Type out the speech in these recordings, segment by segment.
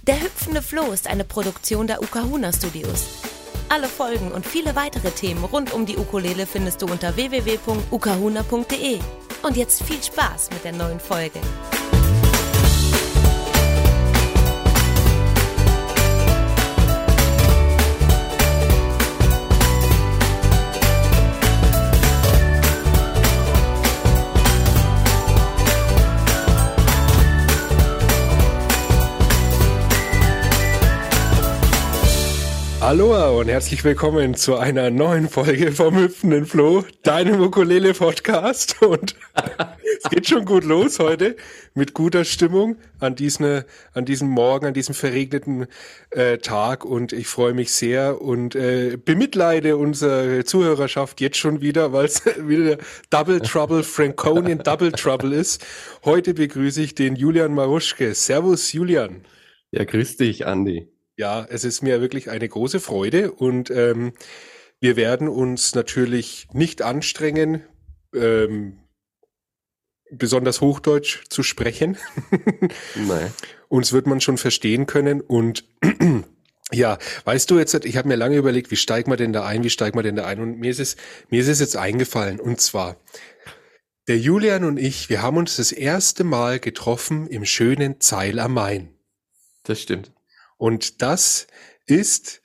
Der hüpfende Floh ist eine Produktion der Ukahuna Studios. Alle Folgen und viele weitere Themen rund um die Ukulele findest du unter www.ukahuna.de. Und jetzt viel Spaß mit der neuen Folge. Aloha und herzlich willkommen zu einer neuen Folge vom Hüpfenden Floh, deinem Ukulele-Podcast. Und es geht schon gut los heute mit guter Stimmung an diesem Morgen, an diesem verregneten Tag. Und ich freue mich sehr und bemitleide unsere Zuhörerschaft jetzt schon wieder, weil es wieder Double Trouble, Franconian Double Trouble ist. Heute begrüße ich den Julian Maruschke. Servus, Julian. Ja, grüß dich, Andi. Ja, es ist mir wirklich eine große Freude und wir werden uns natürlich nicht anstrengen, besonders Hochdeutsch zu sprechen. Nein. Uns wird man schon verstehen können und ja, weißt du jetzt, ich habe mir lange überlegt, wie steigen wir denn da ein und mir ist es jetzt eingefallen und zwar, der Julian und ich, wir haben uns das erste Mal getroffen im schönen Zeil am Main. Das stimmt. Und das ist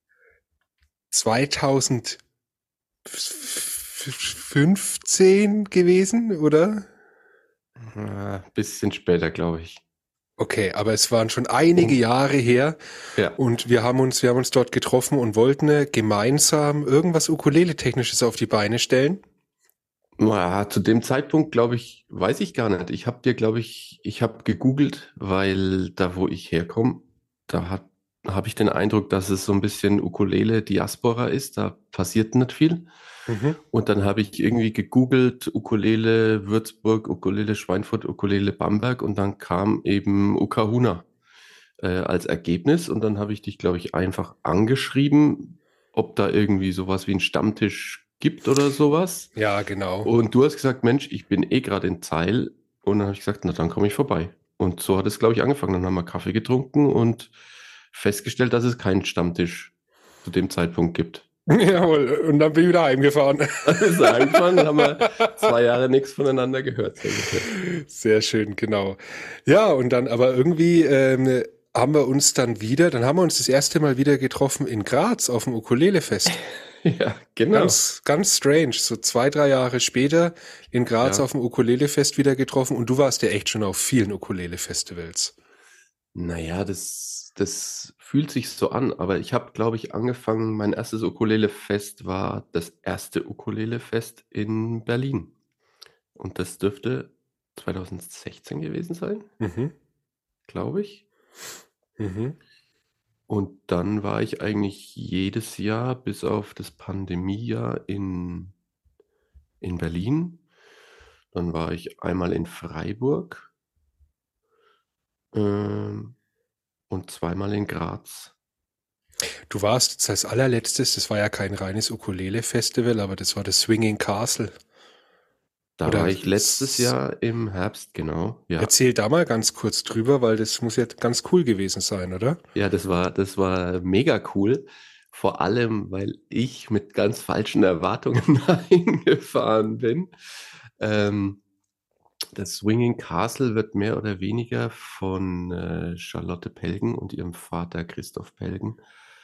2015 gewesen, oder? Bisschen später, glaube ich. Okay, aber es waren schon einige Jahre her. Ja. Und wir haben uns dort getroffen und wollten gemeinsam irgendwas Ukulele-Technisches auf die Beine stellen. Zu dem Zeitpunkt, glaube ich, weiß ich gar nicht. Ich habe gegoogelt, weil da, wo ich herkomme, da habe ich den Eindruck, dass es so ein bisschen Ukulele-Diaspora ist. Da passiert nicht viel. Mhm. Und dann habe ich irgendwie gegoogelt, Ukulele Würzburg, Ukulele Schweinfurt, Ukulele Bamberg und dann kam eben Ukahuna als Ergebnis. Und dann habe ich dich, glaube ich, einfach angeschrieben, ob da irgendwie sowas wie ein Stammtisch gibt oder sowas. Ja, genau. Und du hast gesagt, Mensch, ich bin gerade in Zeil. Und dann habe ich gesagt, na dann komme ich vorbei. Und so hat es, glaube ich, angefangen. Dann haben wir Kaffee getrunken und festgestellt, dass es keinen Stammtisch zu dem Zeitpunkt gibt. Jawohl, und dann bin ich wieder heimgefahren. Dann ist er heimgefahren, dann haben wir 2 Jahre nichts voneinander gehört. Sehr schön, genau. Ja, und dann aber irgendwie haben wir uns das erste Mal wieder getroffen in Graz auf dem Ukulele-Fest. Ja, genau. Ganz, ganz strange. So 2, 3 Jahre später in Graz auf dem Ukulele-Fest wieder getroffen und du warst ja echt schon auf vielen Ukulele-Festivals. Naja, das fühlt sich so an, aber ich habe, glaube ich, angefangen, mein erstes Ukulele-Fest war das erste Ukulele-Fest in Berlin. Und das dürfte 2016 gewesen sein, glaube ich. Mhm. Und dann war ich eigentlich jedes Jahr, bis auf das Pandemiejahr in Berlin. Dann war ich einmal in Freiburg und 2-mal in Graz. Du warst jetzt als allerletztes, das war ja kein reines Ukulele-Festival, aber das war das Swinging Castle. Da war ich letztes Jahr im Herbst, genau. Ja. Erzähl da mal ganz kurz drüber, weil das muss ja ganz cool gewesen sein, oder? Ja, das war mega cool. Vor allem, weil ich mit ganz falschen Erwartungen eingefahren bin. Das Swinging Castle wird mehr oder weniger von Charlotte Pelgen und ihrem Vater Christoph Pelgen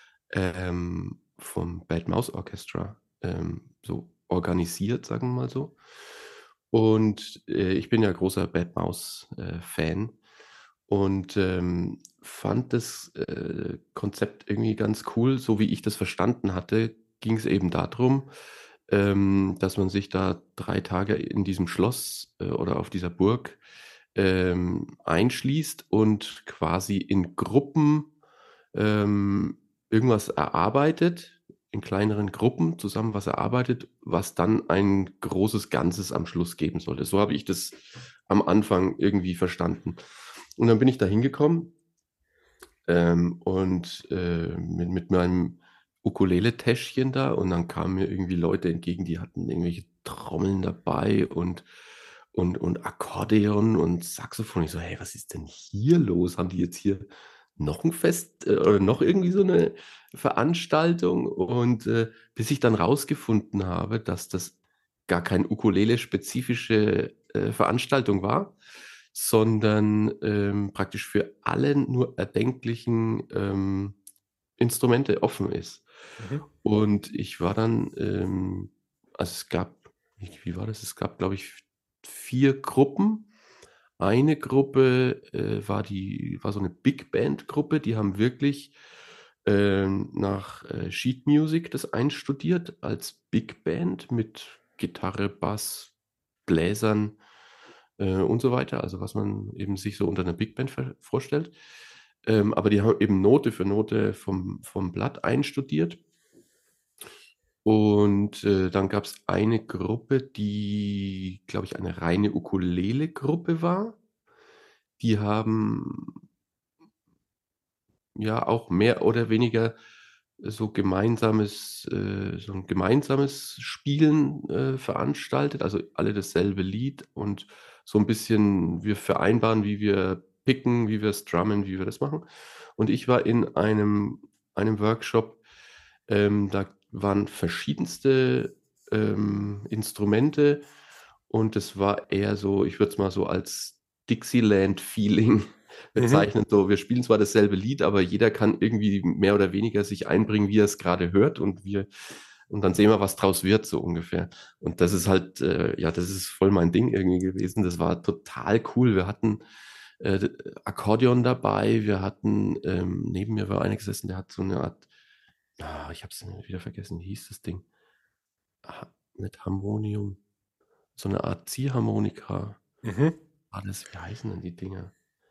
vom Bad Mouse Orchestra so organisiert, sagen wir mal so. Und ich bin ja großer Bad Mouse Fan und fand das Konzept irgendwie ganz cool. So wie ich das verstanden hatte, ging es eben darum, dass man sich da 3 Tage in diesem Schloss oder auf dieser Burg einschließt und quasi in Gruppen irgendwas erarbeitet, in kleineren Gruppen zusammen was erarbeitet, was dann ein großes Ganzes am Schluss geben sollte. So habe ich das am Anfang irgendwie verstanden. Und dann bin ich da hingekommen und mit meinem Ukulele-Täschchen da und dann kamen mir irgendwie Leute entgegen, die hatten irgendwelche Trommeln dabei und Akkordeon und Saxophon. Ich so, hey, was ist denn hier los? Haben die jetzt hier noch ein Fest oder noch irgendwie so eine Veranstaltung. Und bis ich dann rausgefunden habe, dass das gar keine Ukulele-spezifische Veranstaltung war, sondern praktisch für alle nur erdenklichen Instrumente offen ist. Mhm. Und ich war dann, also es gab, wie war das? Es gab, glaube ich, 4 Gruppen. Eine Gruppe war so eine Big Band-Gruppe, die haben wirklich nach Sheet Music das einstudiert als Big Band mit Gitarre, Bass, Bläsern und so weiter, also was man eben sich so unter einer Big Band vorstellt. Aber die haben eben Note für Note vom Blatt einstudiert. Und dann gab es eine Gruppe, die, glaube ich, eine reine Ukulele-Gruppe war. Die haben ja auch mehr oder weniger so ein gemeinsames Spielen veranstaltet, also alle dasselbe Lied und so ein bisschen wir vereinbaren, wie wir picken, wie wir es drummen, wie wir das machen. Und ich war in einem Workshop, da waren verschiedenste Instrumente und es war eher so, ich würde es mal so als Dixieland-Feeling bezeichnen. So, wir spielen zwar dasselbe Lied, aber jeder kann irgendwie mehr oder weniger sich einbringen, wie er es gerade hört und dann sehen wir, was draus wird, so ungefähr. Und das ist halt, ja, das ist voll mein Ding irgendwie gewesen. Das war total cool. Wir hatten Akkordeon dabei, wir hatten, neben mir war einer gesessen, der hat so eine Art, ich habe es wieder vergessen, wie hieß das Ding? Mit Harmonium, so eine Art Ziehharmonika. Mhm. Wie heißen denn die Dinger?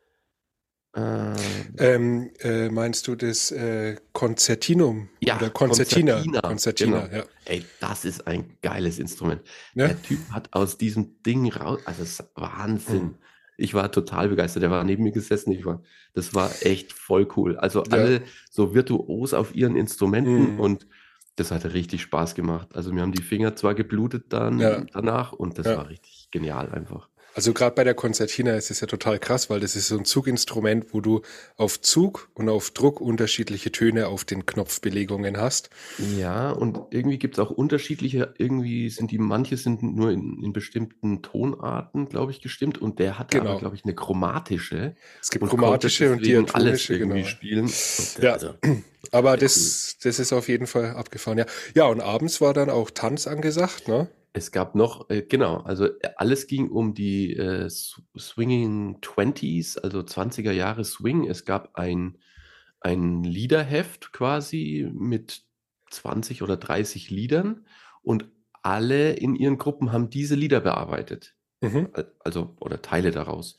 Meinst du das Konzertinum Ja, oder Konzertina? Konzertina, Konzertina, genau. ja. Ey, das ist ein geiles Instrument. Ne? Der Typ hat aus diesem Ding raus, also es ist Wahnsinn. Mhm. Ich war total begeistert. Der war neben mir gesessen. Das war echt voll cool. Also Ja. alle so virtuos auf ihren Instrumenten Mhm. und das hat richtig Spaß gemacht. Also mir haben die Finger zwar geblutet dann Ja. danach und das Ja. war richtig genial einfach. Also gerade bei der Konzertina ist es ja total krass, weil das ist so ein Zuginstrument, wo du auf Zug und auf Druck unterschiedliche Töne auf den Knopfbelegungen hast. Ja, und irgendwie gibt es auch unterschiedliche, manche sind nur in bestimmten Tonarten, glaube ich, gestimmt und der hatte aber, Genau. glaube ich, eine chromatische Es gibt und chromatische konnte und deswegen alles diatonische, irgendwie genau. spielen. Und, Ja, also, aber sehr cool. das ist auf jeden Fall abgefahren, ja. Ja, und abends war dann auch Tanz angesagt, ne? Es gab noch, genau, also alles ging um die Swinging Twenties, also 20er Jahre Swing. Es gab ein Liederheft quasi mit 20 oder 30 Liedern und alle in ihren Gruppen haben diese Lieder bearbeitet. Mhm. Also, oder Teile daraus.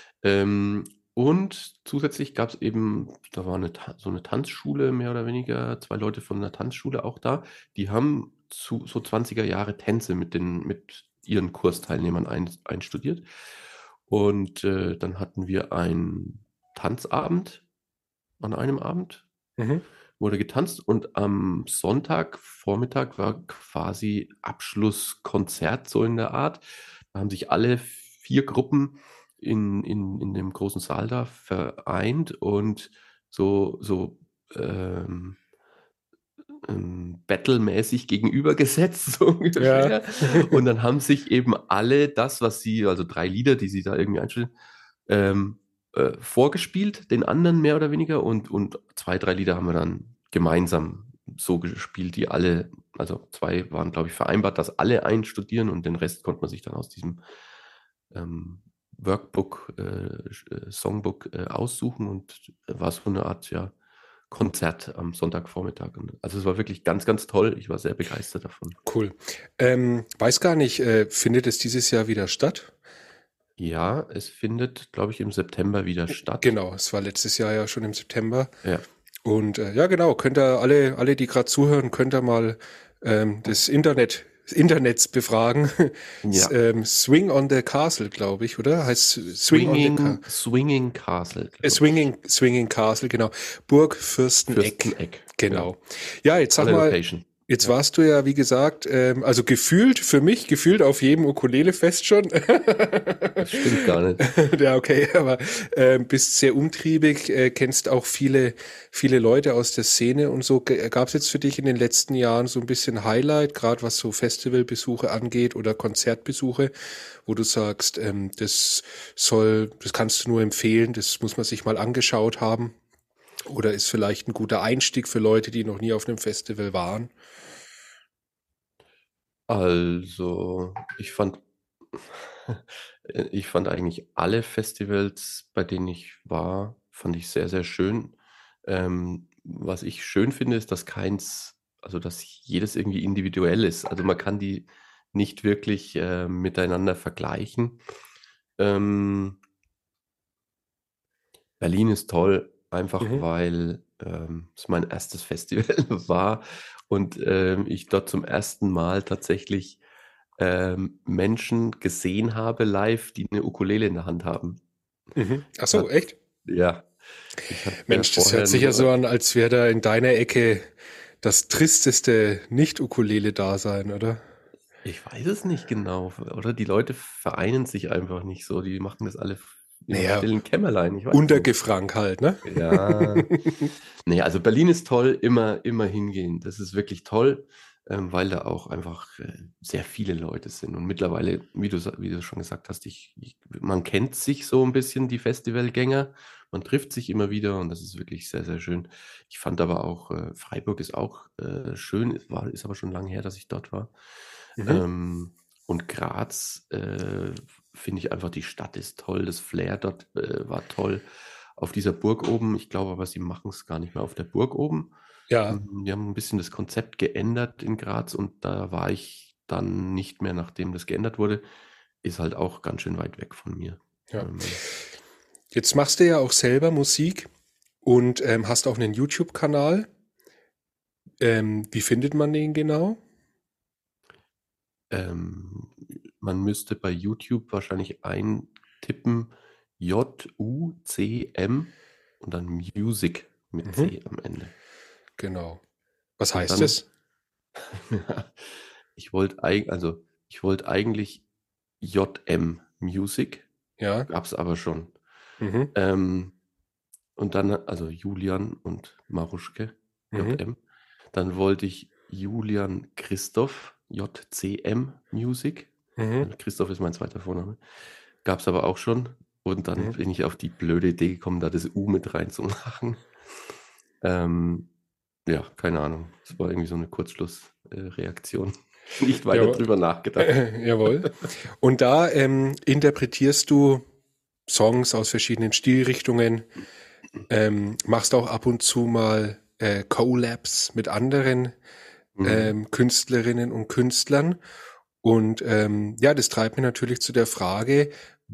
Und zusätzlich gab es eben, da war so eine Tanzschule, mehr oder weniger, 2 Leute von einer Tanzschule auch da, die haben so 20er Jahre Tänze mit ihren Kursteilnehmern einstudiert. Und dann hatten wir einen Tanzabend an einem Abend, Mhm. wurde getanzt und am Sonntagvormittag war quasi Abschlusskonzert, so in der Art. Da haben sich alle 4 Gruppen in dem großen Saal da vereint und so battlemäßig gegenübergesetzt, so Ja. ungefähr. Und dann haben sich eben alle das, also 3 Lieder, die sie da irgendwie einstellen, vorgespielt, den anderen mehr oder weniger. Und 2, 3 Lieder haben wir dann gemeinsam so gespielt, die alle, also 2 waren, glaube ich, vereinbart, dass alle einstudieren und den Rest konnte man sich dann aus diesem Workbook, Songbook aussuchen und war so eine Art, ja, Konzert am Sonntagvormittag. Und also es war wirklich ganz, ganz toll. Ich war sehr begeistert davon. Cool. Weiß gar nicht, findet es dieses Jahr wieder statt? Ja, es findet, glaube ich, im September wieder statt. Genau, es war letztes Jahr ja schon im September. Ja. Und ja, genau, könnt ihr alle, die gerade zuhören, könnt ihr mal des Internets befragen. Ja. Swing on the Castle, glaube ich, oder? Heißt Swinging Castle. Swinging Castle, genau. Burg Fürsteneck. Fürsteneck. Genau. Ja, jetzt sag Tolle mal, Location. Jetzt Ja, warst du ja, wie gesagt, also gefühlt auf jedem Ukulele-Fest schon. das stimmt gar nicht. Ja, okay, aber bist sehr umtriebig, kennst auch viele Leute aus der Szene und so. Gab es jetzt für dich in den letzten Jahren so ein bisschen Highlight, gerade was so Festivalbesuche angeht oder Konzertbesuche, wo du sagst, das kannst du nur empfehlen, das muss man sich mal angeschaut haben? Oder ist vielleicht ein guter Einstieg für Leute, die noch nie auf einem Festival waren? Also, ich fand eigentlich alle Festivals, bei denen ich war, fand ich sehr, sehr schön. Was ich schön finde, ist, dass jedes irgendwie individuell ist. Also man kann die nicht wirklich miteinander vergleichen. Ähm, Berlin ist toll, einfach Mhm. weil es mein erstes Festival war und ich dort zum ersten Mal tatsächlich Menschen gesehen habe live, die eine Ukulele in der Hand haben. Mhm. Ach Das so, hat, echt? ja, ich habe Mensch, das vorher hört sich ja so nur, an, als wäre da in deiner Ecke das tristeste Nicht-Ukulele-Dasein, oder? ich weiß es nicht genau, oder? Die Leute vereinen sich einfach nicht so, die machen das alle im Naja, stillen Kämmerlein, ich weiß es nicht. Untergefrank halt, ne? Ja, nee, also Berlin ist toll, immer hingehen. Das ist wirklich toll, weil da auch einfach sehr viele Leute sind. Und mittlerweile, wie du schon gesagt hast, man kennt sich so ein bisschen, die Festivalgänger. Man trifft sich immer wieder und das ist wirklich sehr, sehr schön. Ich fand aber auch, Freiburg ist auch schön, ist aber schon lange her, dass ich dort war. Mhm. Ähm, und Graz, finde ich einfach, die Stadt ist toll, das Flair dort war toll auf dieser Burg oben. Ich glaube aber, sie machen es gar nicht mehr auf der Burg oben. Ja, Die haben ein bisschen das Konzept geändert in Graz und da war ich dann nicht mehr, nachdem das geändert wurde. Ist halt auch ganz schön weit weg von mir. ja. Ähm, Jetzt machst du ja auch selber Musik und hast auch einen YouTube-Kanal. Wie findet man den genau? ähm, Man müsste bei YouTube wahrscheinlich eintippen Jucm und dann Music mit Mhm. C am Ende. Genau. Was Und heißt dann, es? ich wollte eigentlich JM Music, Ja. gab es aber schon. Mhm. Ähm, und dann, also Julian und Maruschke, Mhm. JM. Dann wollte ich Julian Christoph, JCM Music. Mhm. Christoph ist mein zweiter Vorname. Gab es aber auch schon. Und dann Mhm. bin ich auf die blöde Idee gekommen, da das U mit reinzumachen. Ähm, ja, keine Ahnung. Das war irgendwie so eine Kurzschlussreaktion. Nicht weiter Jawohl. drüber nachgedacht. Jawohl. Und da interpretierst du Songs aus verschiedenen Stilrichtungen, machst auch ab und zu mal Collabs mit anderen Mhm. Künstlerinnen und Künstlern. Und ja, das treibt mich natürlich zu der Frage,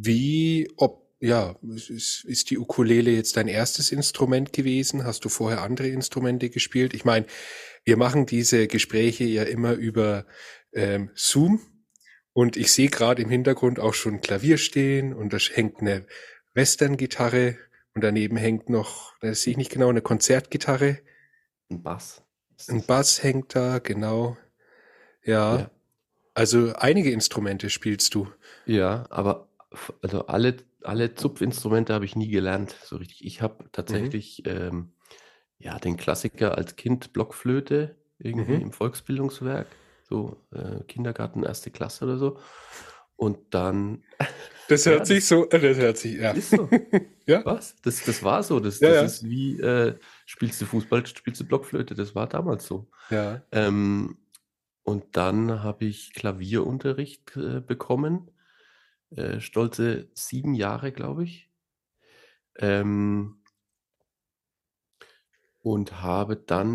ist die Ukulele jetzt dein erstes Instrument gewesen? Hast du vorher andere Instrumente gespielt? Ich meine, wir machen diese Gespräche ja immer über Zoom und ich sehe gerade im Hintergrund auch schon ein Klavier stehen und da hängt eine Western-Gitarre und daneben hängt noch, das sehe ich nicht genau, eine Konzertgitarre. Ein Bass ist Ein das. Bass hängt da, genau. Ja. Ja. Also einige Instrumente spielst du. Ja, aber also alle Zupfinstrumente habe ich nie gelernt, so richtig. Ich habe Mhm. tatsächlich ja, den Klassiker als Kind Blockflöte irgendwie Mhm. im Volksbildungswerk, so Kindergarten, erste Klasse oder so. Und dann, Das ja, hört sich so, das hört sich, ja. ist so. Ja, Was? Das war so. Das, ja, das ja. ist wie, spielst du Fußball, spielst du Blockflöte. Das war damals so. Ja. Ähm, und dann habe ich Klavierunterricht bekommen. Stolze 7 Jahre, glaube ich. Ähm, und habe dann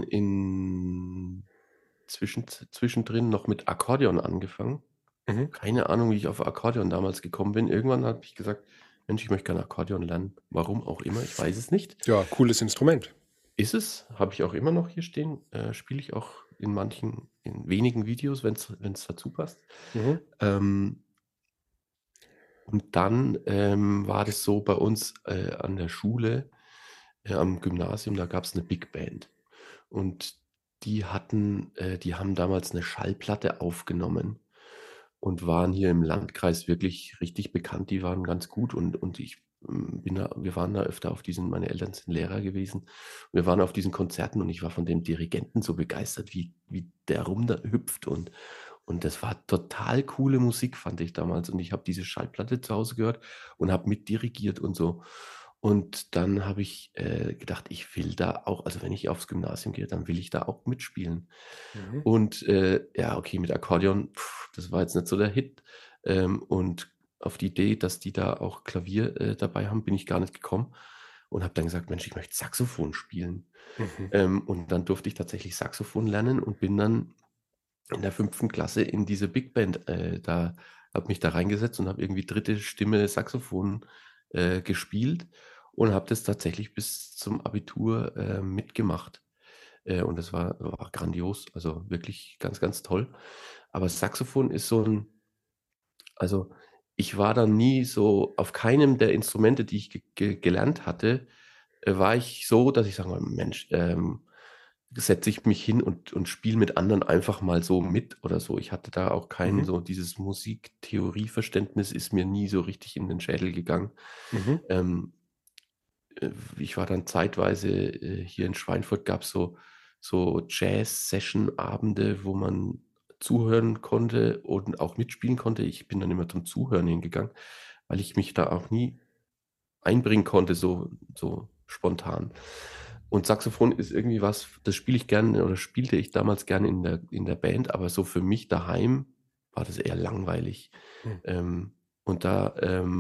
zwischendrin noch mit Akkordeon angefangen. Mhm. Keine Ahnung, wie ich auf Akkordeon damals gekommen bin. Irgendwann habe ich gesagt, Mensch, ich möchte gerne Akkordeon lernen. Warum auch immer, ich weiß es nicht. Ja, cooles Instrument. Ist es, habe ich auch immer noch hier stehen. Spiele ich auch in wenigen Videos, wenn es dazu passt. Mhm. Ähm, und dann war das so bei uns an der Schule, am Gymnasium, da gab es eine Big Band. Und die haben damals eine Schallplatte aufgenommen und waren hier im Landkreis wirklich richtig bekannt. Die waren ganz gut und wir waren da öfter meine Eltern sind Lehrer gewesen. Wir waren auf diesen Konzerten und ich war von dem Dirigenten so begeistert, wie der hüpft und das war total coole Musik, fand ich damals. Und ich habe diese Schallplatte zu Hause gehört und habe mitdirigiert und so. Und dann habe ich gedacht, ich will da auch, also wenn ich aufs Gymnasium gehe, dann will ich da auch mitspielen. Mhm. Und ja, okay, mit Akkordeon, das war jetzt nicht so der Hit. Und auf die Idee, dass die da auch Klavier dabei haben, bin ich gar nicht gekommen und habe dann gesagt, Mensch, ich möchte Saxophon spielen. Und dann durfte ich tatsächlich Saxophon lernen und bin dann in der 5. Klasse in diese Big Band, habe mich da reingesetzt und habe irgendwie dritte Stimme Saxophon gespielt und habe das tatsächlich bis zum Abitur mitgemacht. Und das war grandios, also wirklich ganz, ganz toll. Aber Saxophon ist also ich war dann nie so, auf keinem der Instrumente, die ich gelernt hatte, war ich so, dass ich sage, Mensch, setze ich mich hin und spiele mit anderen einfach mal so mit oder so. Ich hatte da auch kein so, dieses Musiktheorieverständnis ist mir nie so richtig in den Schädel gegangen. Ich war dann zeitweise hier in Schweinfurt, gab es so Jazz-Session-Abende, wo man zuhören konnte und auch mitspielen konnte. Ich bin dann immer zum Zuhören hingegangen, weil ich mich da auch nie einbringen konnte, so spontan. Und Saxophon ist irgendwie was, das spiele ich gerne oder spielte ich damals gerne in der Band, aber so für mich daheim war das eher langweilig. Und da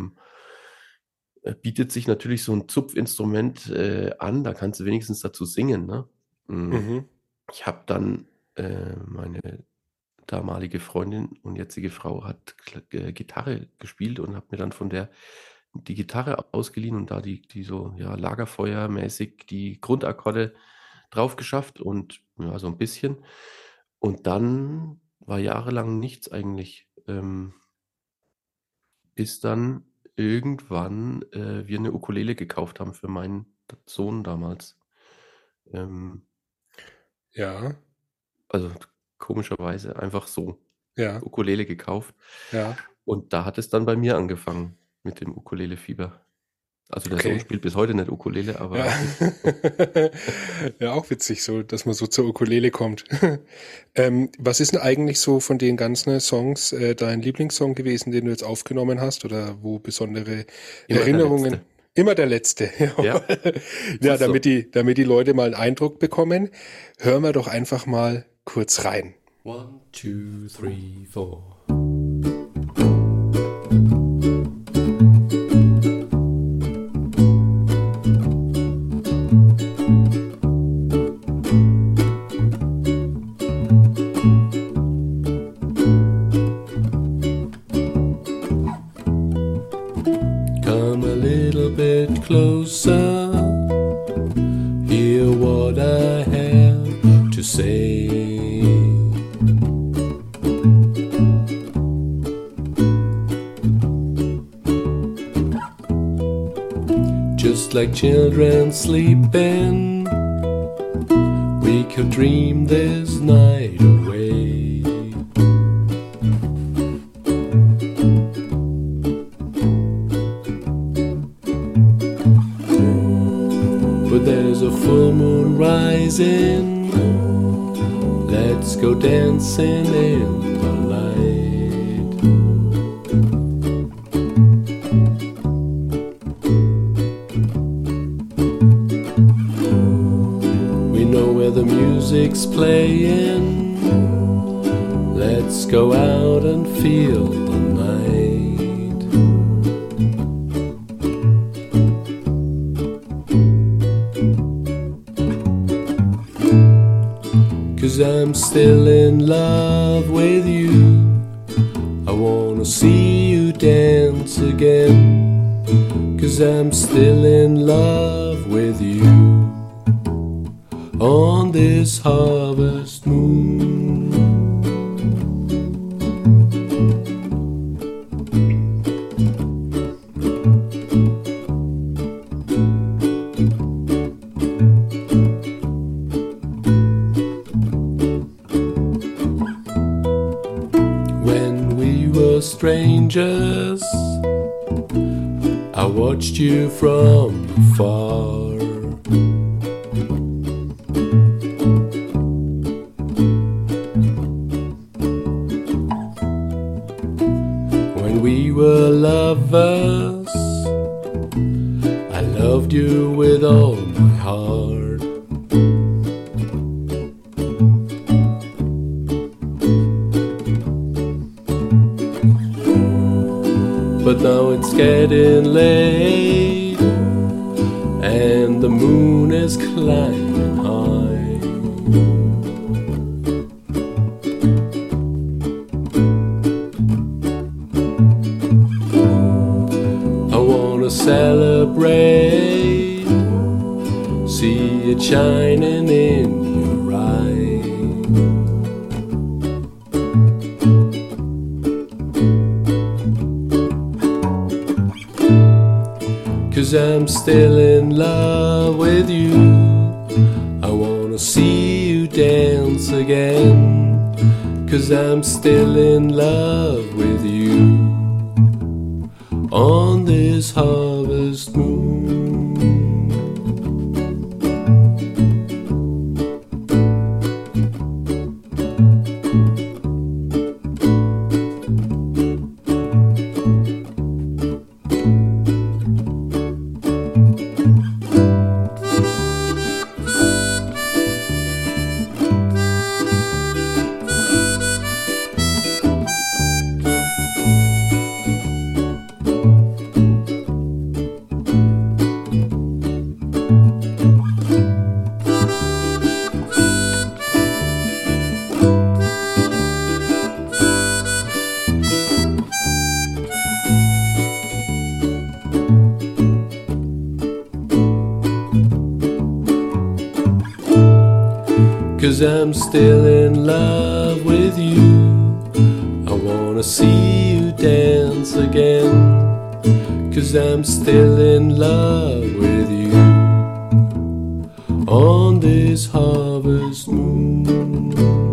bietet sich natürlich so ein Zupfinstrument an, da kannst du wenigstens dazu singen, ne? Ich habe dann meine damalige Freundin und jetzige Frau hat Gitarre gespielt und habe mir dann von der die Gitarre ausgeliehen und da die so lagerfeuermäßig die Grundakkorde drauf geschafft und ja, so ein bisschen. Und dann war jahrelang nichts eigentlich, bis dann irgendwann wir eine Ukulele gekauft haben für meinen Sohn damals. Ja. Also komischerweise einfach so Ja. Ukulele gekauft. Ja. Und da hat es dann bei mir angefangen mit dem Ukulele-Fieber. Also der Sohn spielt bis heute nicht Ukulele, aber Ja. Ja, auch witzig, so, dass man so zur Ukulele kommt. Was ist denn eigentlich so von den ganzen Songs dein Lieblingssong gewesen, den du jetzt aufgenommen hast oder wo besondere Erinnerungen? Immer der letzte. Ja, ja, damit die Leute mal einen Eindruck bekommen, hören wir doch einfach mal kurz rein. 1, 2, 3, 4. Come a little bit closer, hear what I have to say. Just like children sleeping, we could dream this night away. But there's a full moon rising, let's go dancing in the light. We know where the music's playing, let's go out and feel the night. Cause I'm still in love with you, I wanna see you dance again. Cause I'm still in love with you on this harvest moon. strangers. I watched you from afar. When we were lovers, I loved you with all my heart. But now it's getting late and the moon is climbing high. I wanna celebrate, see it shining in your eye. 'Cause I'm still in love with you. I wanna see you dance again. 'Cause I'm still in love with you. On this harvest moon. Cause I'm still in love with you. I wanna see you dance again. Cause I'm still in love with you. On this harvest moon.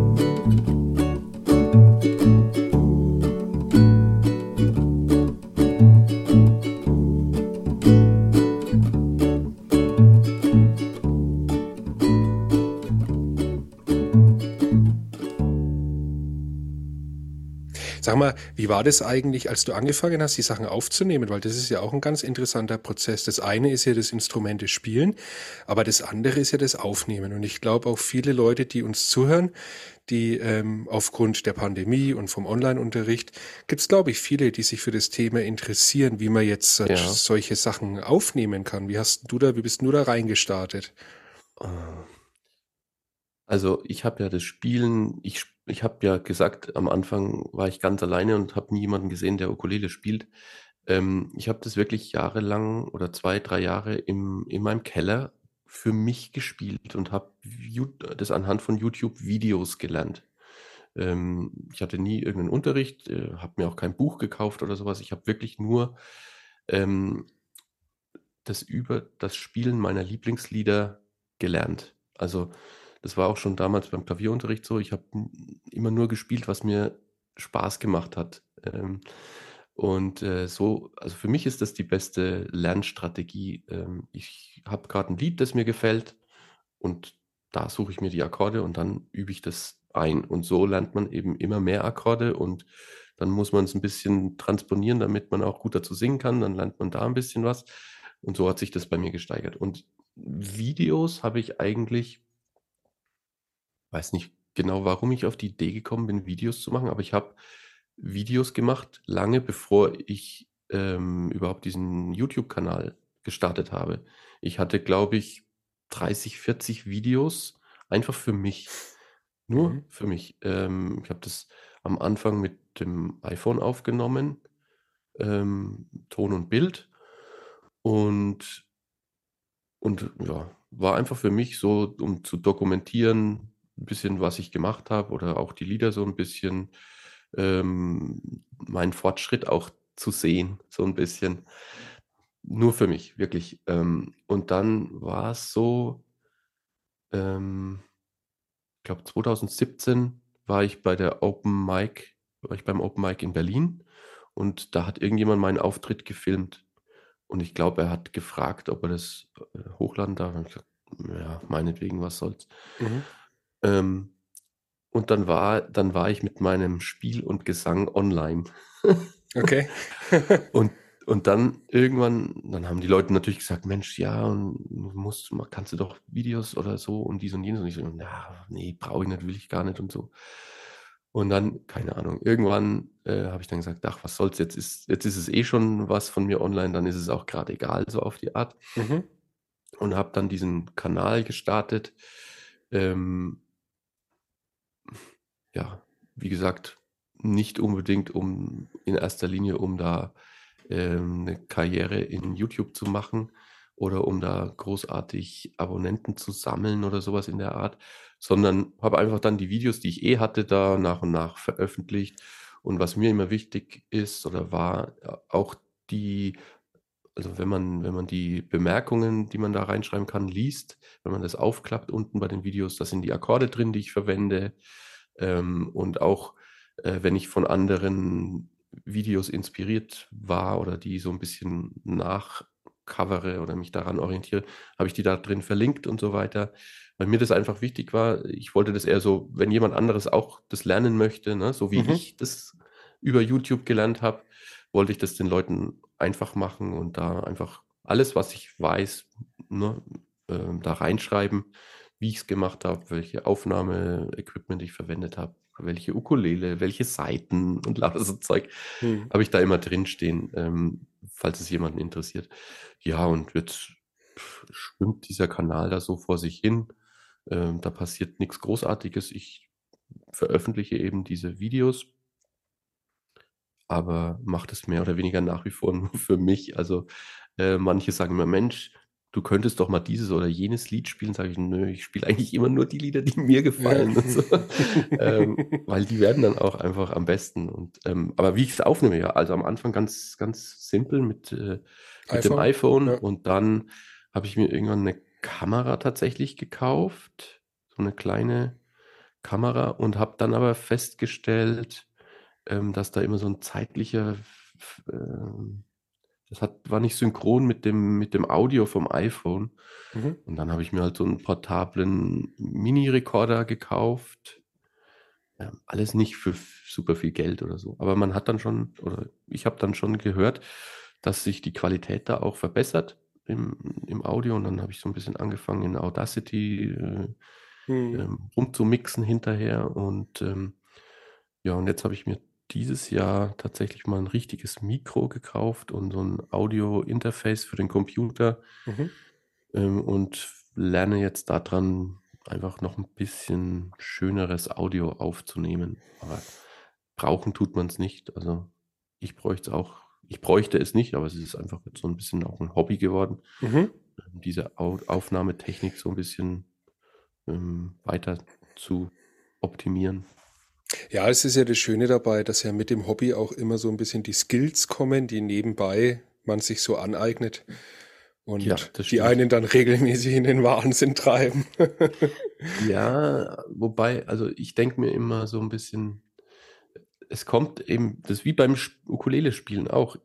Sag mal, wie war das eigentlich, als du angefangen hast, die Sachen aufzunehmen? Weil das ist ja auch ein ganz interessanter Prozess. Das eine ist ja das Instrumente spielen, aber das andere ist ja das Aufnehmen. Und ich glaube auch viele Leute, die uns zuhören, die aufgrund der Pandemie und vom Online-Unterricht, gibt es, glaube ich, viele, die sich für das Thema interessieren, wie man jetzt Ja. solche Sachen aufnehmen kann. Wie bist du da reingestartet? Also ich habe ja das Spielen, ich habe ja gesagt, am Anfang war ich ganz alleine und habe nie jemanden gesehen, der Ukulele spielt. Ich habe das wirklich jahrelang oder 2, 3 Jahre in meinem Keller für mich gespielt und habe das anhand von YouTube-Videos gelernt. Ich hatte nie irgendeinen Unterricht, habe mir auch kein Buch gekauft oder sowas. Ich habe wirklich nur das über das Spielen meiner Lieblingslieder gelernt. Also das war auch schon damals beim Klavierunterricht so. Ich habe immer nur gespielt, was mir Spaß gemacht hat. Also für mich ist das die beste Lernstrategie. Ich habe gerade ein Lied, das mir gefällt und da suche ich mir die Akkorde und dann übe ich das ein. Und so lernt man eben immer mehr Akkorde und dann muss man es ein bisschen transponieren, damit man auch gut dazu singen kann. Dann lernt man da ein bisschen was und so hat sich das bei mir gesteigert. Und Videos habe ich eigentlich, weiß nicht genau, warum ich auf die Idee gekommen bin, Videos zu machen, aber ich habe Videos gemacht, lange bevor ich überhaupt diesen YouTube-Kanal gestartet habe. Ich hatte, glaube ich, 30, 40 Videos einfach für mich. Nur für mich. Ich habe das am Anfang mit dem iPhone aufgenommen, Ton und Bild und ja, war einfach für mich so, um zu dokumentieren, ein bisschen, was ich gemacht habe oder auch die Lieder so ein bisschen, meinen Fortschritt auch zu sehen, so ein bisschen. Nur für mich, wirklich. Und dann war es so, ich glaube 2017 war ich beim Open Mic in Berlin und da hat irgendjemand meinen Auftritt gefilmt. Und ich glaube, er hat gefragt, ob er das hochladen darf. Und ich gesagt, ja, meinetwegen, was soll's. Mhm. Und dann war ich mit meinem Spiel und Gesang online. Okay. Und dann irgendwann, dann haben die Leute natürlich gesagt, Mensch, ja, kannst du doch Videos oder so und dies und jenes. Und ich so, ja, nee, brauche ich nicht, will ich gar nicht und so. Und dann, keine Ahnung, irgendwann habe ich dann gesagt, ach, was soll's, jetzt ist es eh schon was von mir online, dann ist es auch gerade egal, so auf die Art. Mhm. Und habe dann diesen Kanal gestartet. Ja, wie gesagt, nicht unbedingt in erster Linie, um da eine Karriere in YouTube zu machen oder um da großartig Abonnenten zu sammeln oder sowas in der Art, sondern habe einfach dann die Videos, die ich hatte, da nach und nach veröffentlicht. Und was mir immer wichtig ist oder war, auch also wenn man die Bemerkungen, die man da reinschreiben kann, liest, wenn man das aufklappt unten bei den Videos, da sind die Akkorde drin, die ich verwende. Und auch wenn ich von anderen Videos inspiriert war oder die so ein bisschen nachcovere oder mich daran orientiere, habe ich die da drin verlinkt und so weiter. Weil mir das einfach wichtig war. Ich wollte das eher so, wenn jemand anderes auch das lernen möchte, ne, so wie Mhm. ich das über YouTube gelernt habe, wollte ich das den Leuten einfach machen und da einfach alles, was ich weiß, ne, da reinschreiben, wie ich es gemacht habe, welche Aufnahme-Equipment ich verwendet habe, welche Ukulele, welche Saiten und lauter so Zeug Mhm. habe ich da immer drinstehen, falls es jemanden interessiert. Ja, und jetzt schwimmt dieser Kanal da so vor sich hin. Da passiert nichts Großartiges. Ich veröffentliche eben diese Videos, aber mache das mehr oder weniger nach wie vor nur für mich. Also manche sagen immer, Mensch, du könntest doch mal dieses oder jenes Lied spielen. Sage ich, nö, ich spiele eigentlich immer nur die Lieder, die mir Ja. gefallen und so. Weil die werden dann auch einfach am besten. Aber wie ich es aufnehme, ja, also am Anfang ganz, ganz simpel mit dem iPhone Ja. und dann habe ich mir irgendwann eine Kamera tatsächlich gekauft, so eine kleine Kamera und habe dann aber festgestellt, dass da immer so ein zeitlicher, war nicht synchron mit dem Audio vom iPhone. Mhm. Und dann habe ich mir halt so einen portablen Mini-Rekorder gekauft. Alles nicht für super viel Geld oder so. Aber man hat dann schon, oder ich habe dann schon gehört, dass sich die Qualität da auch verbessert im Audio. Und dann habe ich so ein bisschen angefangen in Audacity rumzumixen hinterher. Und ja, und jetzt habe ich mir dieses Jahr tatsächlich mal ein richtiges Mikro gekauft und so ein Audio-Interface für den Computer Mhm. und lerne jetzt daran einfach noch ein bisschen schöneres Audio aufzunehmen. Aber brauchen tut man es nicht. Also ich bräuchte es nicht, aber es ist einfach jetzt so ein bisschen auch ein Hobby geworden, Mhm. diese Aufnahmetechnik so ein bisschen weiter zu optimieren. Ja, es ist ja das Schöne dabei, dass ja mit dem Hobby auch immer so ein bisschen die Skills kommen, die nebenbei man sich so aneignet und Ja, das die stimmt. einen dann regelmäßig in den Wahnsinn treiben. Ja, wobei, also ich denke mir immer so ein bisschen, es kommt eben, das ist wie beim Ukulele-Spielen auch.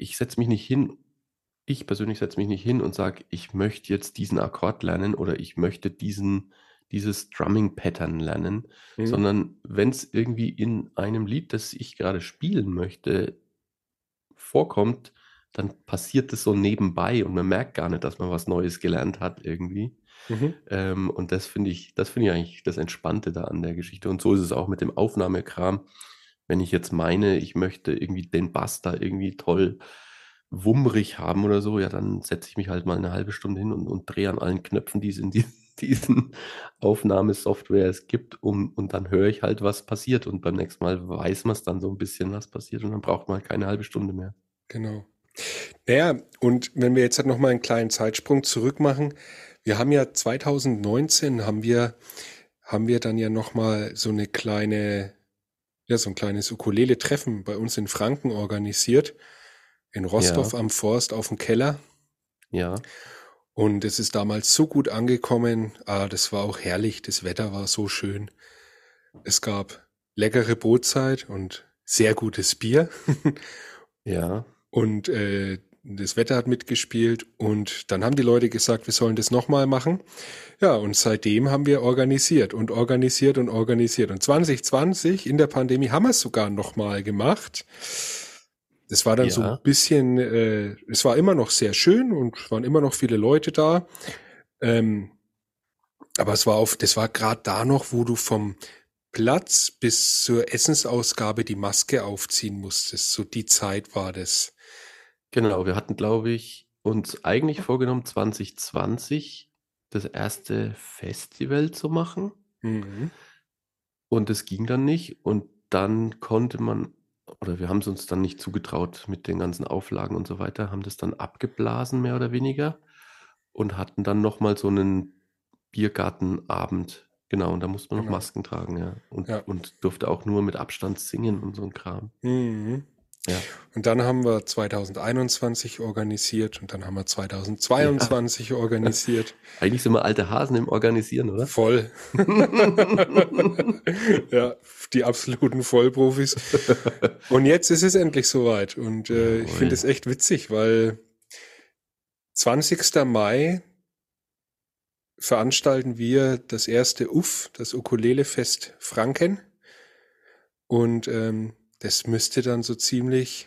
Ich persönlich setze mich nicht hin und sage, ich möchte jetzt diesen Akkord lernen oder ich möchte dieses Drumming-Pattern lernen, Mhm. sondern wenn es irgendwie in einem Lied, das ich gerade spielen möchte, vorkommt, dann passiert es so nebenbei und man merkt gar nicht, dass man was Neues gelernt hat irgendwie. Mhm. Und das finde ich eigentlich das Entspannte da an der Geschichte. Und so ist es auch mit dem Aufnahmekram. Wenn ich jetzt meine, ich möchte irgendwie den Bass da irgendwie toll wummrig haben oder so, ja, dann setze ich mich halt mal eine halbe Stunde hin und drehe an allen Knöpfen, die es in diesen Aufnahmesoftwares gibt, und dann höre ich halt, was passiert. Und beim nächsten Mal weiß man es dann so ein bisschen, was passiert, und dann braucht man halt keine halbe Stunde mehr. Genau. Naja, und wenn wir jetzt halt nochmal einen kleinen Zeitsprung zurück machen, wir haben ja 2019 haben wir dann ja nochmal so ein kleines Ukulele-Treffen bei uns in Franken organisiert, in Rostorf Ja, am Forst auf dem Keller. ja. Und es ist damals so gut angekommen. Das war auch herrlich. Das Wetter war so schön. Es gab leckere Brotzeit und sehr gutes Bier. Ja, Und das Wetter hat mitgespielt und dann haben die Leute gesagt, wir sollen das nochmal machen. Ja, und seitdem haben wir organisiert und organisiert und organisiert. Und 2020 in der Pandemie haben wir es sogar nochmal gemacht. Das war dann so ein ja, bisschen, es war immer noch sehr schön und es waren immer noch viele Leute da. Ähm, aber das war gerade da noch, wo du vom Platz bis zur Essensausgabe die Maske aufziehen musstest. So die Zeit war das. genau. Wir hatten, glaube ich, uns eigentlich vorgenommen, 2020 das erste Festival zu machen. Mhm. Und es ging dann nicht. Und dann konnte man, oder wir haben es uns dann nicht zugetraut mit den ganzen Auflagen und so weiter, haben das dann abgeblasen, mehr oder weniger, und hatten dann nochmal so einen Biergartenabend. Genau, und da musste man noch Genau. Masken tragen, ja. Ja. Und durfte auch nur mit Abstand singen und so ein Kram. Mhm. Ja. Und dann haben wir 2021 organisiert und dann haben wir 2022 organisiert. Eigentlich sind wir alte Hasen im Organisieren, oder? Voll. Ja, die absoluten Vollprofis. Und jetzt ist es endlich soweit. Und ich finde es echt witzig, weil 20. Mai veranstalten wir das erste UF, das Ukulele-Fest Franken. Und das müsste dann so ziemlich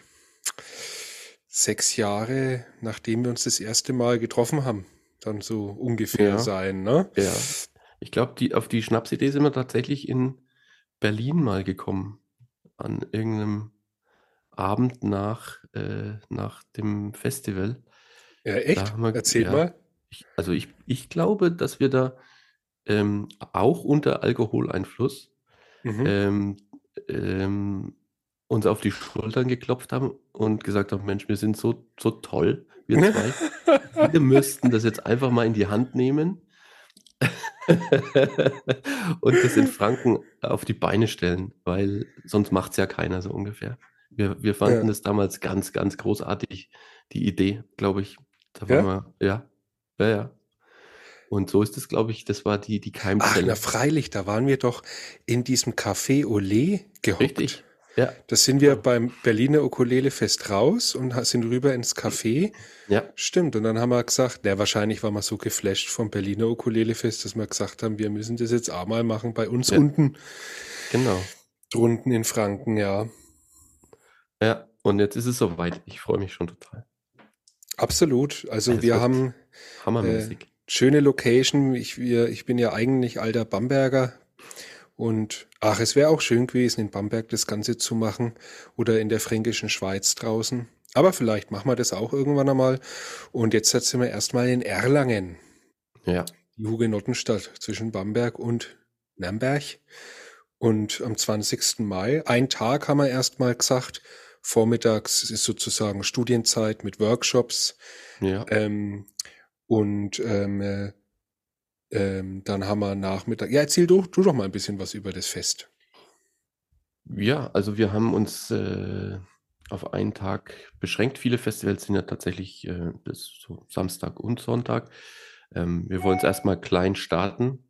6 Jahre, nachdem wir uns das erste Mal getroffen haben, dann so ungefähr Ja. sein, ne? Ja. Ich glaube, auf die Schnapsidee sind wir tatsächlich in Berlin mal gekommen. An irgendeinem Abend nach dem Festival. Ja, echt? Da haben wir, Erzähl ja, mal. ich glaube, dass wir da auch unter Alkoholeinfluss Mhm. uns auf die Schultern geklopft haben und gesagt haben, Mensch, wir sind so toll, wir zwei. Wir müssten das jetzt einfach mal in die Hand nehmen und das in Franken auf die Beine stellen, weil sonst macht es ja keiner so ungefähr. Wir fanden Ja. das damals ganz, ganz großartig, die Idee, glaube ich. Da Ja? waren wir, ja. Und so ist es, glaube ich, das war die Ach, na Keimzelle. freilich, da waren wir doch in diesem Café Olé gehockt. Richtig, ja. Da sind wir beim Berliner Ukulele-Fest raus und sind rüber ins Café. Ja, Stimmt, und dann haben wir gesagt, wahrscheinlich waren wir so geflasht vom Berliner Ukulele-Fest, dass wir gesagt haben, wir müssen das jetzt auch mal machen bei uns Ja. unten, genau. drunten in Franken, ja. Ja, und jetzt ist es soweit. Ich freue mich schon total. Absolut. Also Es wir wird haben hammermäßig. schöne Location. Ich bin ja eigentlich alter Bamberger und es wäre auch schön gewesen, in Bamberg das Ganze zu machen oder in der fränkischen Schweiz draußen. Aber vielleicht machen wir das auch irgendwann einmal. Und jetzt sind wir erstmal in Erlangen, Ja, die Hugenottenstadt zwischen Bamberg und Nürnberg. Und am 20. Mai, einen Tag haben wir erstmal gesagt, vormittags ist sozusagen Studienzeit mit Workshops. ja. Dann haben wir Nachmittag. Ja, erzähl du doch mal ein bisschen was über das Fest. Ja, also wir haben uns auf einen Tag beschränkt. Viele Festivals sind ja tatsächlich bis so Samstag und Sonntag. Wir wollen es erstmal klein starten.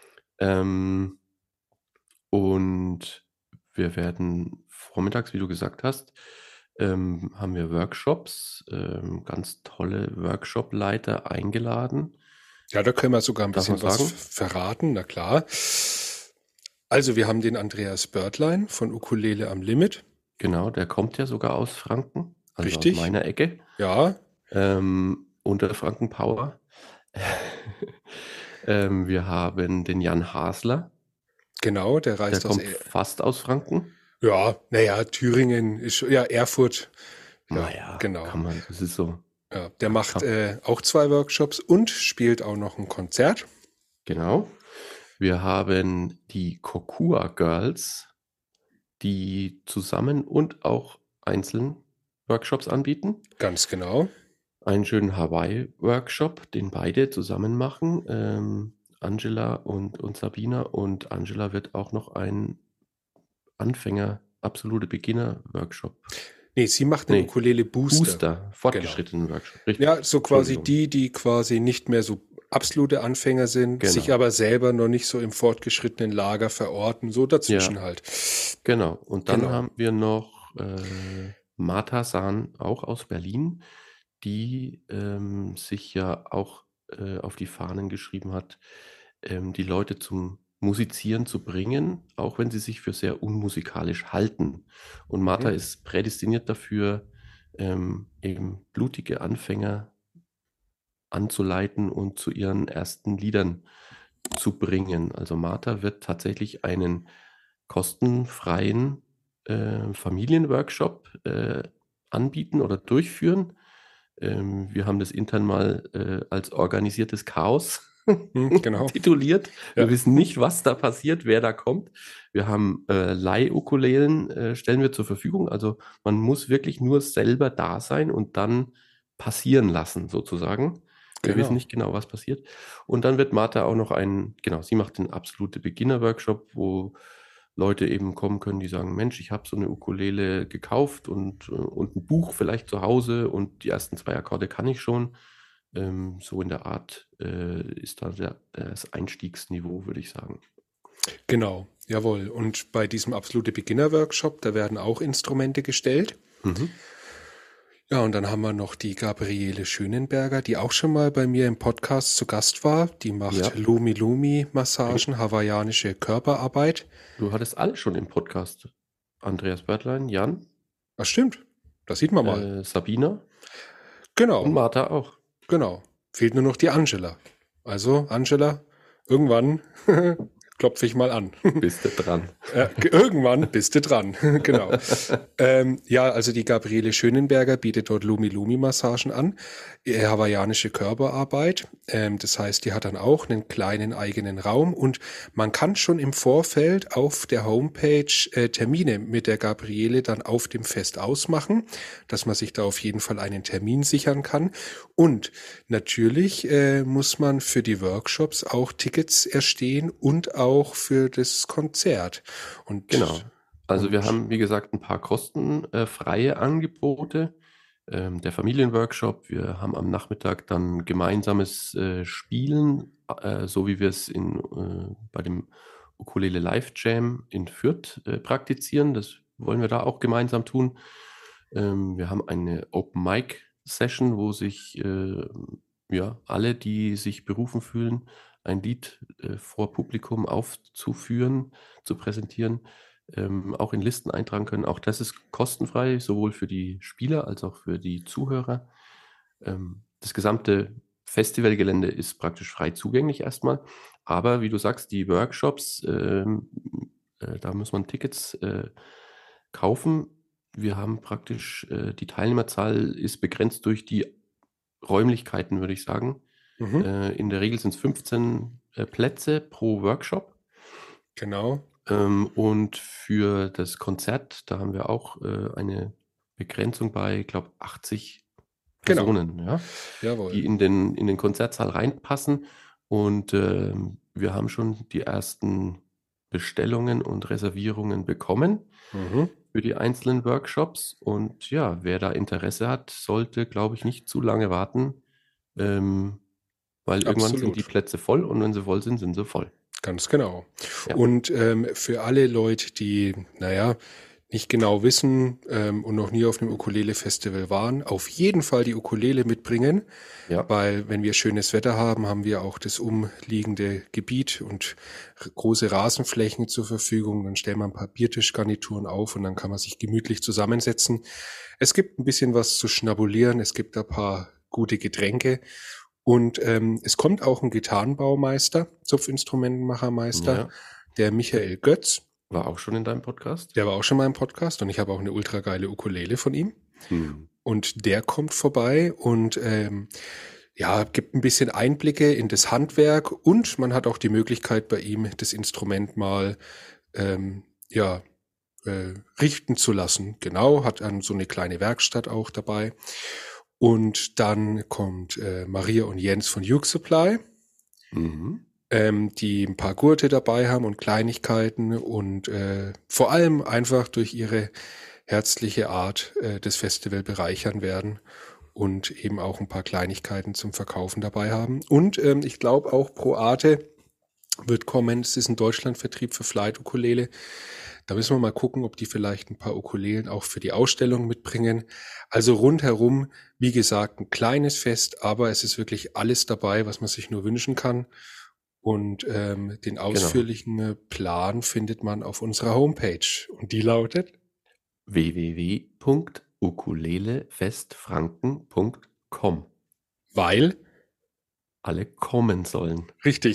Und wir werden vormittags, wie du gesagt hast, haben wir Workshops, ganz tolle Workshop-Leiter eingeladen. Ja, da können wir sogar ein Darf man bisschen was sagen? verraten, na klar. Also wir haben den Andreas Börtlein von Ukulele am Limit. Genau, der kommt ja sogar aus Franken, also Richtig. aus meiner Ecke. Ja, Unter Franken Power. Wir haben den Jan Hasler, genau, der der reist aus kommt fast aus Franken. Thüringen ist ja Erfurt. Ja, Naja, genau. kann man, das ist so. Ja, der macht auch 2 Workshops und spielt auch noch ein Konzert. Genau. Wir haben die Kokua Girls, die zusammen und auch einzeln Workshops anbieten. Ganz genau. Einen schönen Hawaii-Workshop, den beide zusammen machen, Angela und Sabina. Und Angela wird auch noch einen Anfänger, absolute Beginner-Workshop. Nee, sie macht einen Ukulele-Booster. Booster, fortgeschrittenen Workshop. Richtig. Ja, so quasi Entschuldigung. die quasi nicht mehr so absolute Anfänger sind, Genau. sich aber selber noch nicht so im fortgeschrittenen Lager verorten, so dazwischen Ja. halt. Genau. Und dann Genau. haben wir noch Martha Sahn, auch aus Berlin, die sich ja auch auf die Fahnen geschrieben hat, die Leute zum Musizieren zu bringen, auch wenn sie sich für sehr unmusikalisch halten. Und Martha ist prädestiniert dafür, eben blutige Anfänger anzuleiten und zu ihren ersten Liedern zu bringen. Also Martha wird tatsächlich einen kostenfreien Familienworkshop anbieten oder durchführen. Wir haben das intern mal als organisiertes Chaos Genau. tituliert. Wir Ja. wissen nicht, was da passiert, wer da kommt. Wir haben Leih-Ukulelen stellen wir zur Verfügung. Also man muss wirklich nur selber da sein und dann passieren lassen, sozusagen. Wir Genau. wissen nicht genau, was passiert. Und dann wird Martha auch noch sie macht den absolute Beginner-Workshop, wo Leute eben kommen können, die sagen, Mensch, ich habe so eine Ukulele gekauft und ein Buch vielleicht zu Hause und die ersten 2 Akkorde kann ich schon. So in der Art ist da das Einstiegsniveau, würde ich sagen. Genau, jawohl. Und bei diesem absolute Beginner-Workshop, da werden auch Instrumente gestellt. Mhm. Ja, und dann haben wir noch die Gabriele Schönenberger, die auch schon mal bei mir im Podcast zu Gast war. Die macht Lumi-Lumi-Massagen, hawaiianische Körperarbeit. Du hattest alle schon im Podcast. Andreas Börtlein, Jan, Ach, stimmt. Das sieht man mal. Sabina und Genau, Martha auch. genau. Fehlt nur noch die Angela. Also, Angela, irgendwann klopfe ich mal an. Bist du dran. Irgendwann bist du dran. Genau. Ja, also die Gabriele Schönenberger bietet dort Lumi-Lumi-Massagen an, hawaiianische Körperarbeit. Das heißt, die hat dann auch einen kleinen eigenen Raum und man kann schon im Vorfeld auf der Homepage Termine mit der Gabriele dann auf dem Fest ausmachen, dass man sich da auf jeden Fall einen Termin sichern kann. Und natürlich muss man für die Workshops auch Tickets erstehen und auch für das Konzert. Und Genau. Also wir haben, wie gesagt, ein paar kostenfreie Angebote. Der Familienworkshop, wir haben am Nachmittag dann gemeinsames Spielen, so wie wir es bei dem Ukulele Live Jam in Fürth praktizieren. Das wollen wir da auch gemeinsam tun. Wir haben eine Open Mic Session, wo sich alle, die sich berufen fühlen, ein Lied vor Publikum aufzuführen, zu präsentieren, auch in Listen eintragen können. Auch das ist kostenfrei, sowohl für die Spieler als auch für die Zuhörer. Das gesamte Festivalgelände ist praktisch frei zugänglich erstmal. Aber wie du sagst, die Workshops, da muss man Tickets kaufen. Wir haben praktisch, die Teilnehmerzahl ist begrenzt durch die Räumlichkeiten, würde ich sagen. In der Regel sind es 15 Plätze pro Workshop. Genau. Und für das Konzert, da haben wir auch eine Begrenzung bei, ich glaube, 80 Personen, ja, Jawohl. die in den Konzertsaal reinpassen. Und wir haben schon die ersten Bestellungen und Reservierungen bekommen für die einzelnen Workshops. Und ja, wer da Interesse hat, sollte, glaube ich, nicht zu lange warten, weil irgendwann sind die Plätze voll und wenn sie voll sind, sind sie voll. Ganz genau. Ja. Und für alle Leute, die, nicht genau wissen und noch nie auf einem Ukulele-Festival waren, auf jeden Fall die Ukulele mitbringen, weil wenn wir schönes Wetter haben, haben wir auch das umliegende Gebiet und große Rasenflächen zur Verfügung. Dann stellen wir ein paar Biertischgarnituren auf und dann kann man sich gemütlich zusammensetzen. Es gibt ein bisschen was zu schnabulieren, es gibt ein paar gute Getränke und es kommt auch ein Gitarrenbaumeister, Zupfinstrumentenmachermeister, der Michael Götz. War auch schon in deinem Podcast? Der war auch schon mal im Podcast und ich habe auch eine ultra geile Ukulele von ihm. Und der kommt vorbei und gibt ein bisschen Einblicke in das Handwerk und man hat auch die Möglichkeit bei ihm das Instrument mal richten zu lassen. Genau, hat dann so eine kleine Werkstatt auch dabei. Und dann kommt Maria und Jens von Uke Supply. Die ein paar Gurte dabei haben und Kleinigkeiten und vor allem einfach durch ihre herzliche Art das Festival bereichern werden und eben auch ein paar Kleinigkeiten zum Verkaufen dabei haben. Und ich glaube auch Pro Arte wird kommen, es ist ein Deutschlandvertrieb für Flight Ukulele. Da müssen wir mal gucken, ob die vielleicht ein paar Ukulelen auch für die Ausstellung mitbringen. Also rundherum, wie gesagt, ein kleines Fest, aber es ist wirklich alles dabei, was man sich nur wünschen kann. Und den ausführlichen Plan findet man auf unserer Homepage. Und die lautet www.ukulelefestfranken.com. Weil alle kommen sollen. Richtig.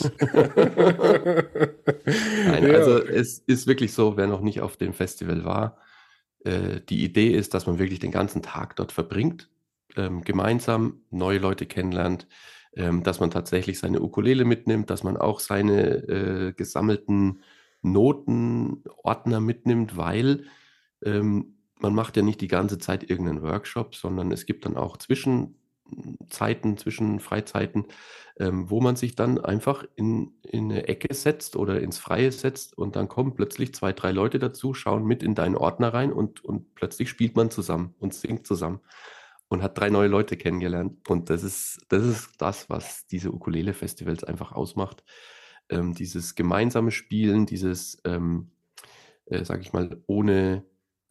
Nein, also es ist wirklich so, wer noch nicht auf dem Festival war, die Idee ist, dass man wirklich den ganzen Tag dort verbringt, gemeinsam neue Leute kennenlernt, dass man tatsächlich seine Ukulele mitnimmt, dass man auch seine gesammelten Notenordner mitnimmt, weil man macht ja nicht die ganze Zeit irgendeinen Workshop, sondern es gibt dann auch Zwischenzeiten, Zwischenfreizeiten, wo man sich dann einfach in eine Ecke setzt oder ins Freie setzt und dann kommen plötzlich 2, 3 Leute dazu, schauen mit in deinen Ordner rein und plötzlich spielt man zusammen und singt zusammen und hat 3 neue Leute kennengelernt. Und das ist das, was diese Ukulele-Festivals einfach ausmacht. Dieses gemeinsame Spielen, dieses, sag ich mal, ohne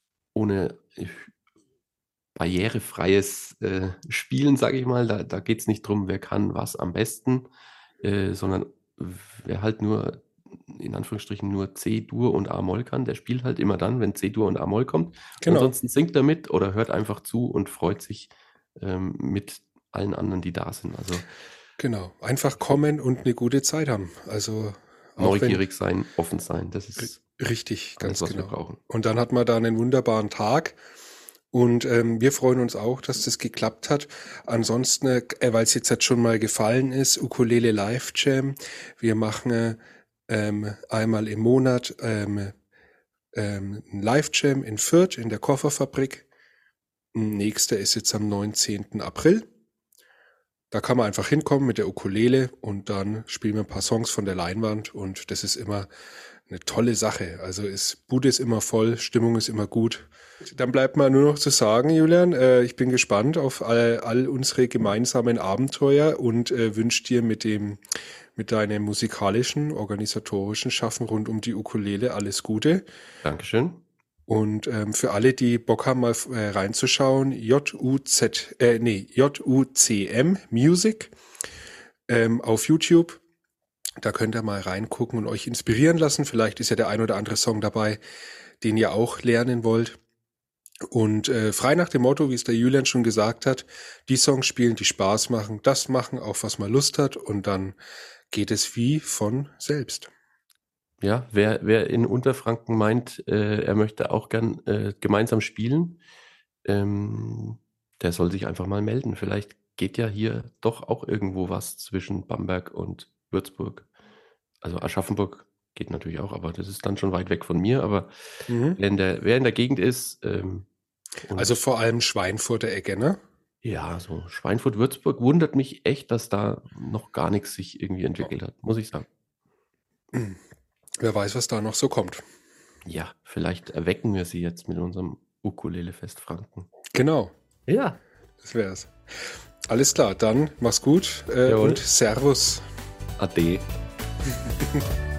barrierefreies Spielen, sage ich mal. Da geht es nicht drum, wer kann was am besten, sondern wer halt nur, in Anführungsstrichen, nur C-Dur und A-Moll kann, der spielt halt immer dann, wenn C-Dur und A-Moll kommt. Genau. Ansonsten singt er mit oder hört einfach zu und freut sich mit allen anderen, die da sind. Also Genau, einfach kommen und eine gute Zeit haben. Also neugierig sein, offen sein, das ist richtig, alles, ganz was genau. wir brauchen. Und dann hat man da einen wunderbaren Tag. Und wir freuen uns auch, dass das geklappt hat. Ansonsten, weil es jetzt schon mal gefallen ist, Ukulele Live Jam. Wir machen einmal im Monat ein Live Jam in Fürth in der Kofferfabrik. Nächster ist jetzt am 19. April. Da kann man einfach hinkommen mit der Ukulele und dann spielen wir ein paar Songs von der Leinwand und das ist immer eine tolle Sache. Also Bude ist immer voll, Stimmung ist immer gut. Dann bleibt mir nur noch zu sagen, Julian, ich bin gespannt auf all unsere gemeinsamen Abenteuer und wünsche dir mit deinem musikalischen, organisatorischen Schaffen rund um die Ukulele alles Gute. Dankeschön. Und für alle, die Bock haben, mal reinzuschauen, JUCM Music auf YouTube. Da könnt ihr mal reingucken und euch inspirieren lassen. Vielleicht ist ja der ein oder andere Song dabei, den ihr auch lernen wollt. Und frei nach dem Motto, wie es der Julian schon gesagt hat, die Songs spielen, die Spaß machen, das machen, auf was man Lust hat. Und dann geht es wie von selbst. Ja, wer in Unterfranken meint, er möchte auch gern gemeinsam spielen, der soll sich einfach mal melden. Vielleicht geht ja hier doch auch irgendwo was zwischen Bamberg und Würzburg. Also Aschaffenburg geht natürlich auch, aber das ist dann schon weit weg von mir. Aber wer in der Gegend ist... also vor allem Schweinfurter Ecke, ne? Ja, so Schweinfurt-Würzburg wundert mich echt, dass da noch gar nichts sich irgendwie entwickelt hat, muss ich sagen. Wer weiß, was da noch so kommt. Ja, vielleicht erwecken wir sie jetzt mit unserem Ukulele-Fest Franken. Genau. Ja. Das wär's. Alles klar, dann mach's gut und Servus. Ade.